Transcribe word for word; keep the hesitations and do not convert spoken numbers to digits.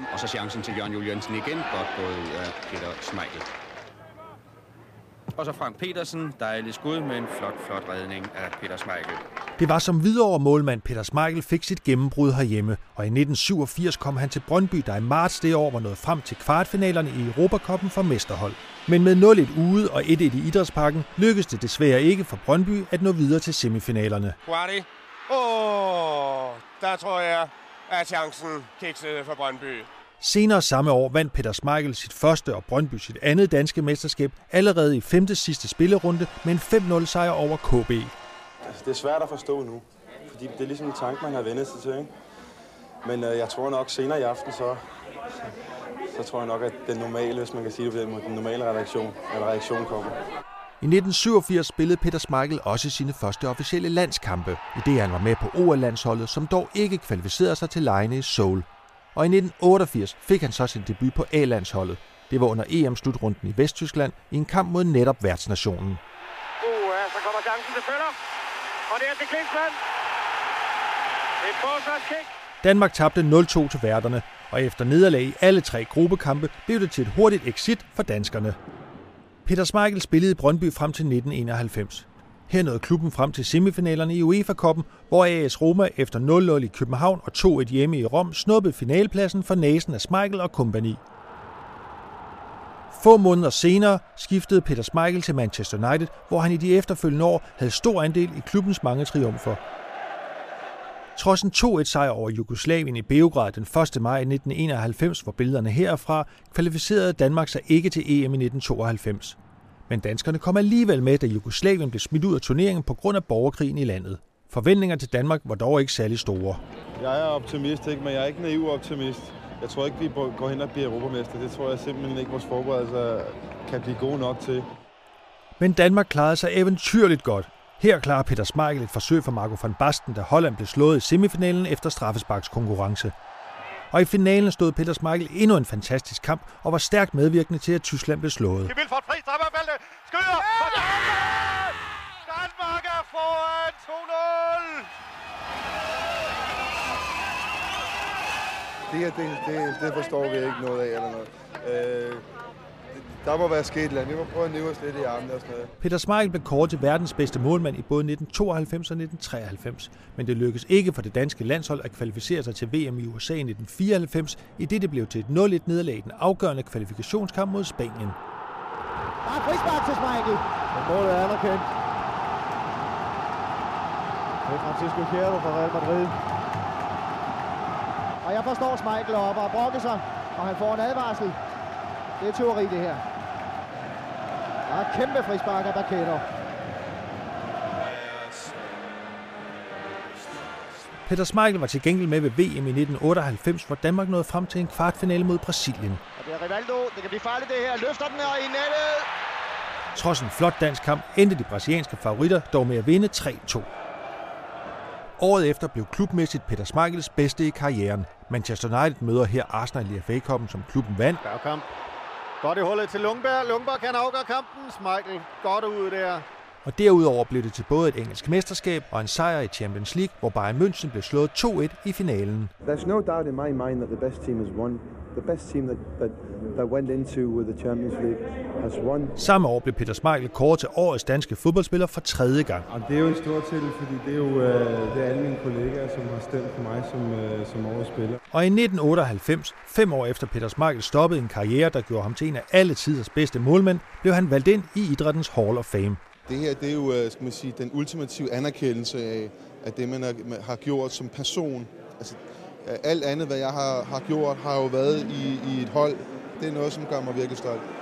Og så chancen til Jørgen Juel Jensen igen, godt gået af Peter Schmeichel. Og så Frank Petersen, dejlig skud med en flot, flot redning af Peter Schmeichel. Det var som Hvidovre målmand Peter Schmeichel fik sit gennembrud herhjemme, og i nitten syvogfirs kom han til Brøndby, der i marts det år var nået frem til kvartfinalerne i Europacuppen for mesterhold. Men med nul et ude og et et i Idrætsparken lykkedes det desværre ikke for Brøndby at nå videre til semifinalerne. Guardi. Åh, der tror jeg, at chancen kiksede for Brøndby. Senere samme år vandt Peter Schmeichel sit første og Brøndby sit andet danske mesterskab allerede i femte sidste spillerunde med en fem nul sejr over K B. Altså, det er svært at forstå nu, fordi det er ligesom en tanke, man har vendt sig til. Ikke? Men øh, jeg tror nok senere i aften, så, så, så tror jeg nok, at den normale, hvis man kan sige det på den måde, den normale reaktion, eller reaktion kommer. I nitten syvogfirs spillede Peter Schmeichel også sine første officielle landskampe, i det han var med på O L-landsholdet, som dog ikke kvalificerede sig til legene i Seoul. Og i nitten otteogfirs fik han så sin debut på A-landsholdet. Det var under E M-slutrunden i Vesttyskland i en kamp mod netop værtsnationen. Uh, så kommer chancen til Føller, og det er til Klinsmann. Et forsvarskick. Danmark tabte nul to til værterne, og efter nederlag i alle tre gruppekampe blev det til et hurtigt exit for danskerne. Peter Schmeichel spillede i Brøndby frem til nitten enoghalvfems. Her nåede klubben frem til semifinalerne i UEFA-cuppen, hvor A S Roma efter nul nul i København og to et hjemme i Rom snuppede finalepladsen for næsen af Schmeichel og kompagni. Få måneder senere skiftede Peter Schmeichel til Manchester United, hvor han i de efterfølgende år havde stor andel i klubbens mange triumfer. Trods en to et sejr over Jugoslavien i Beograd den første maj nitten enoghalvfems, hvor billederne herfra, kvalificerede Danmark sig ikke til E M i nitten tooghalvfems. Men danskerne kom alligevel med, da Jugoslavien blev smidt ud af turneringen på grund af borgerkrigen i landet. Forventninger til Danmark var dog ikke særlig store. Jeg er optimist, ikke? Men jeg er ikke naiv optimist. Jeg tror ikke, vi går hen og bliver europamester. Det tror jeg simpelthen ikke, vores forberedelser kan blive gode nok til. Men Danmark klarede sig eventyrligt godt. Her klarer Peter Schmeichel et forsøg for Marco van Basten, da Holland blev slået i semifinalen efter straffesparkskonkurrence. Og i finalen stod Peter Schmeichel endnu en fantastisk kamp og var stærkt medvirkende til, at Tyskland blev slået. De vil få et fri strafferfælde. Skyder! Danmark er foran to nul! Det her, det, det, det forstår vi ikke noget af eller noget. Øh, der må være sket noget. Vi må prøve at nive os lidt i armene og sådan noget. Peter Schmeichel blev kåret til verdens bedste målmand i både nitten tooghalvfems og nitten treoghalvfems, men det lykkedes ikke for det danske landshold at kvalificere sig til V M i U S A i nitten fireoghalvfems, i det det blev til et nul et nederlag i den afgørende kvalifikationskamp mod Spanien. Der er frispark til Schmeichel, og målet er anerkendt. Det er Francisco Hierro fra Real Madrid. Og jeg forstår Schmeichel op og brokker sig, og han får en advarsel. Det er teori, det her. Der er kæmpe frispark af Baquero. Peter Schmeichel var til gengæld med ved V M i nitten otteoghalvfems, hvor Danmark nåede frem til en kvartfinale mod Brasilien. Og det er Rivaldo. Det kan blive farligt, det her. Løfter den og i nettet. Trods en flot dansk kamp endte de brasilianske favoritter dog med at vinde tre to. Året efter blev klubmæssigt Peter Schmeichels bedste i karrieren. Manchester United møder her Arsenal i F A Cup'en, som klubben vandt. Kamp. Godt i hullet til Lundberg. Lundberg kan afgøre kampen. Schmeichel godt ud der. Og derudover blev det til både et engelsk mesterskab og en sejr i Champions League, hvor Bayern München blev slået to et i finalen. There's no doubt in my mind that the best team has won. The best team that, that, that went into with the Champions League has won. Samme år blev Peter Schmeichel kåret til årets danske fodboldspiller for tredje gang. Og det er jo en stor titel, fordi det er jo øh, det er alle mine kollegaer, som har stemt på mig som, øh, som årets spiller. Og i nitten otteoghalvfems, fem år efter Peter Schmeichel stoppede en karriere, der gjorde ham til en af alle tiders bedste målmænd, blev han valgt ind i idrættens Hall of Fame. Det her, det er jo, skal man sige, den ultimative anerkendelse af, af det, man har gjort som person. Altså, alt andet, hvad jeg har, har gjort, har jo været i, i et hold. Det er noget, som gør mig virkelig stolt.